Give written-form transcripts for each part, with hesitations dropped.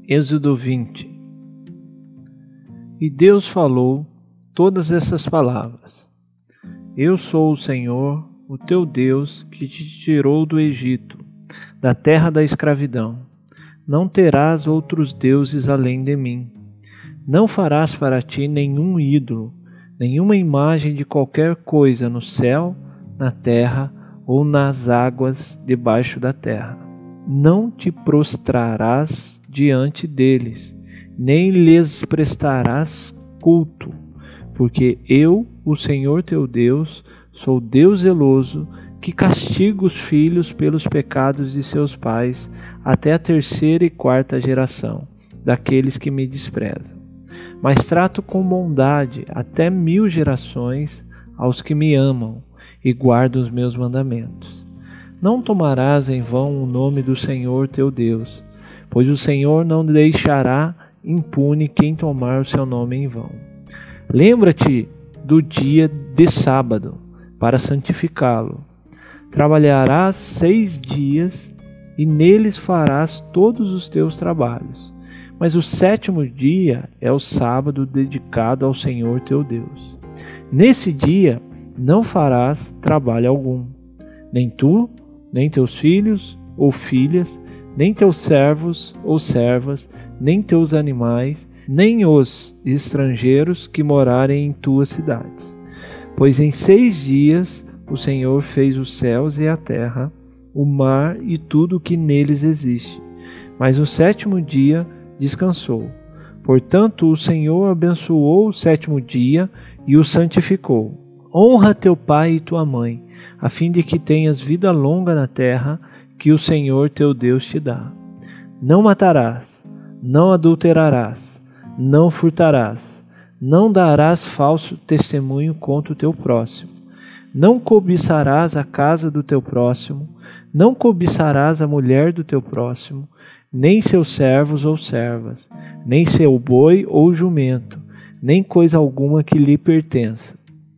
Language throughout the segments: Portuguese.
Êxodo 20. E Deus falou todas essas palavras: Eu sou o Senhor, o teu Deus, que te tirou do Egito, da terra da escravidão. Não terás outros deuses além de mim. Não farás para ti nenhum ídolo, nenhuma imagem de qualquer coisa no céu, na terra ou nas águas debaixo da terra. Não te prostrarás diante deles, nem lhes prestarás culto, porque eu, o Senhor teu Deus, sou Deus zeloso, que castiga os filhos pelos pecados de seus pais até a terceira e quarta geração daqueles que me desprezam. Mas trato com bondade até 1000 gerações aos que me amam e guardam os meus mandamentos. Não tomarás em vão o nome do Senhor teu Deus, pois o Senhor não deixará impune quem tomar o seu nome em vão. Lembra-te do dia de sábado, para santificá-lo. Trabalharás 6 dias, e neles farás todos os teus trabalhos. Mas o 7º dia é o sábado dedicado ao Senhor teu Deus. Nesse dia não farás trabalho algum, nem tu, nem teus filhos ou filhas, nem teus servos ou servas, nem teus animais, nem os estrangeiros que morarem em tuas cidades. Pois em 6 dias o Senhor fez os céus e a terra, o mar e tudo o que neles existe. Mas no 7º dia descansou. Portanto, o Senhor abençoou o 7º dia e o santificou. Honra teu pai e tua mãe, a fim de que tenhas vida longa na terra que o Senhor teu Deus te dá. Não matarás, não adulterarás, não furtarás, não darás falso testemunho contra o teu próximo, não cobiçarás a casa do teu próximo, não cobiçarás a mulher do teu próximo, nem seus servos ou servas, nem seu boi ou jumento, nem coisa alguma que lhe pertença.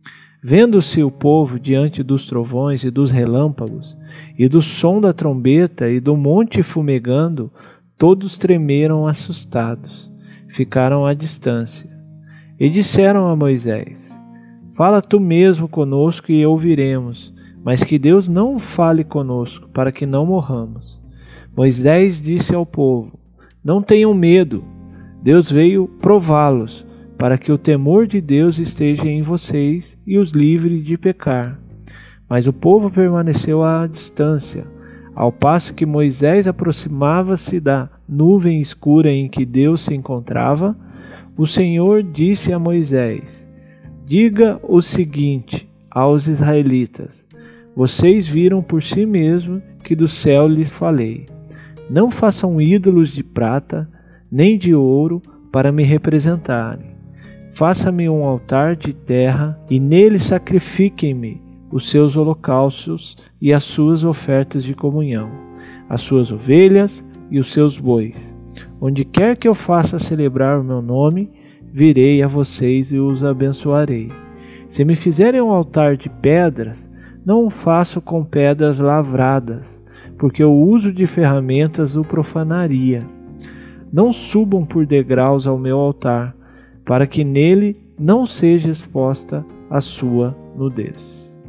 Vendo-se o povo diante dos trovões e dos relâmpagos, e do som da trombeta e do monte fumegando, todos tremeram assustados, ficaram à distância. E disseram a Moisés: Fala tu mesmo conosco e ouviremos, mas que Deus não fale conosco, para que não morramos. Moisés disse ao povo: Não tenham medo, Deus veio prová-los, para que o temor de Deus esteja em vocês e os livre de pecar. Mas o povo permaneceu à distância, ao passo que Moisés aproximava-se da nuvem escura em que Deus se encontrava. O Senhor disse a Moisés: Diga o seguinte aos israelitas: Vocês viram por si mesmos que do céu lhes falei. Não façam ídolos de prata, nem de ouro, para me representarem. Faça-me um altar de terra, e nele sacrifiquem-me os seus holocaustos e as suas ofertas de comunhão, as suas ovelhas e os seus bois. Onde quer que eu faça celebrar o meu nome, virei a vocês e os abençoarei. Se me fizerem um altar de pedras, não o faço com pedras lavradas, porque o uso de ferramentas o profanaria. Não subam por degraus ao meu altar, para que nele não seja exposta a sua nudez.